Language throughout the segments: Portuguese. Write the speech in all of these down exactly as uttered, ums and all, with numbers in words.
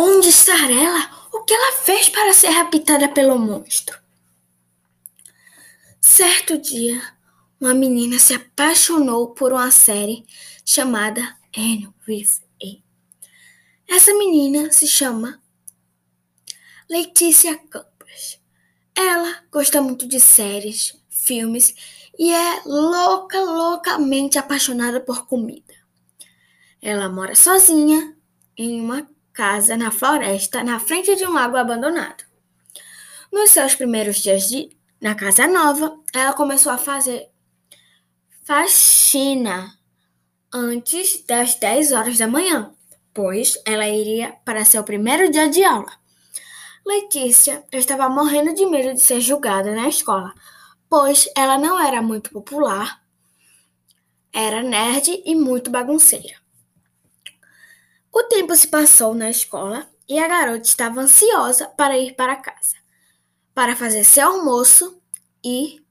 Onde está ela? O que ela fez para ser raptada pelo monstro? Certo dia, uma menina se apaixonou por uma série chamada Anne with E. Essa menina se chama Letícia Campos. Ela gosta muito de séries, filmes e é louca, loucamente apaixonada por comida. Ela mora sozinha em uma casa na floresta, na frente de um lago abandonado. Nos seus primeiros dias de, na casa nova, ela começou a fazer faxina antes das dez horas da manhã, pois ela iria para seu primeiro dia de aula. Letícia estava morrendo de medo de ser julgada na escola, pois ela não era muito popular, era nerd e muito bagunceira. O tempo se passou na escola e a garota estava ansiosa para ir para casa, para fazer seu almoço e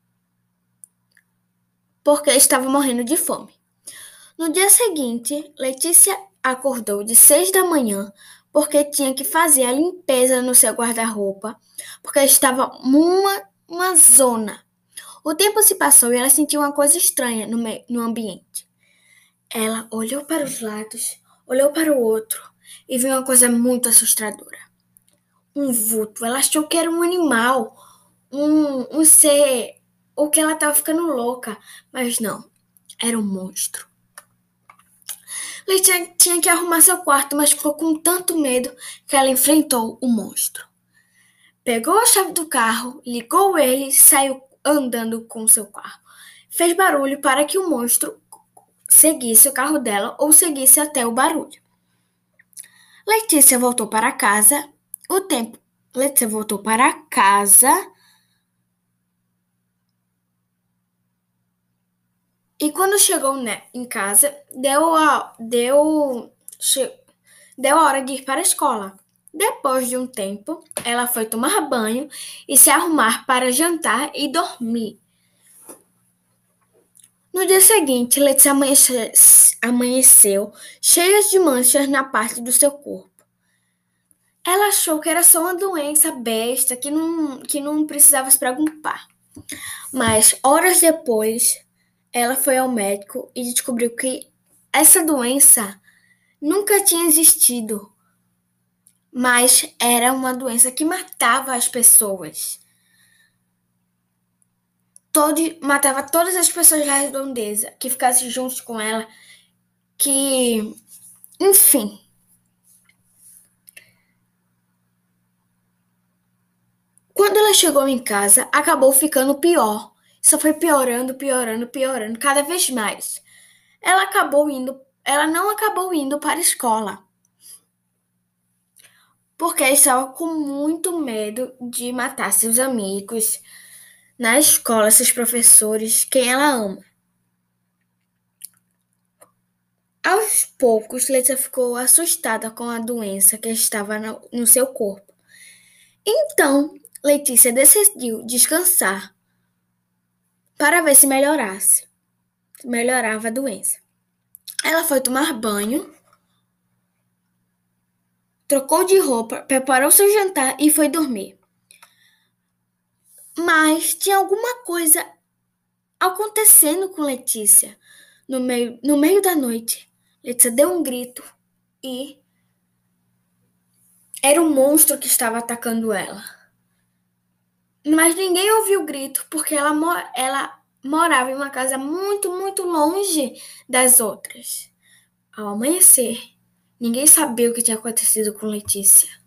porque estava morrendo de fome. No dia seguinte, Letícia acordou de seis da manhã porque tinha que fazer a limpeza no seu guarda-roupa, porque estava uma, uma zona. O tempo se passou e ela sentiu uma coisa estranha no, meio, no ambiente. Ela olhou para os lados, olhou para o outro e viu uma coisa muito assustadora. Um vulto. Ela achou que era um animal, um, um ser, ou que ela estava ficando louca, mas não, era um monstro. Letícia tinha que arrumar seu quarto, mas ficou com tanto medo que ela enfrentou o monstro. Pegou a chave do carro, ligou ele e saiu andando com seu carro. Fez barulho para que o monstro seguisse o carro dela ou seguisse até o barulho. Letícia voltou para casa. O tempo. Letícia voltou para casa. E quando chegou, né, em casa, deu a, deu, che, deu a hora de ir para a escola. Depois de um tempo, ela foi tomar banho e se arrumar para jantar e dormir. No dia seguinte, Letícia amanheceu, amanheceu cheia de manchas na parte do seu corpo. Ela achou que era só uma doença besta que não, que não precisava se preocupar. Mas, horas depois, ela foi ao médico e descobriu que essa doença nunca tinha existido, mas era uma doença que matava as pessoas. Todo, matava todas as pessoas da redondeza que ficassem juntos com ela, que, enfim. Quando ela chegou em casa, acabou ficando pior. Só foi piorando, piorando, piorando, cada vez mais. Ela acabou indo, ela não acabou indo para a escola, porque estava com muito medo de matar seus amigos, na escola, seus professores, quem ela ama. Aos poucos, Letícia ficou assustada com a doença que estava no, no seu corpo. Então, Letícia decidiu descansar para ver se melhorasse, se melhorava a doença. Ela foi tomar banho, trocou de roupa, preparou seu jantar e foi dormir. Mas tinha alguma coisa acontecendo com Letícia. No meio, no meio da noite, Letícia deu um grito e era um monstro que estava atacando ela. Mas ninguém ouviu o grito porque ela, ela morava em uma casa muito, muito longe das outras. Ao amanhecer, ninguém sabia o que tinha acontecido com Letícia.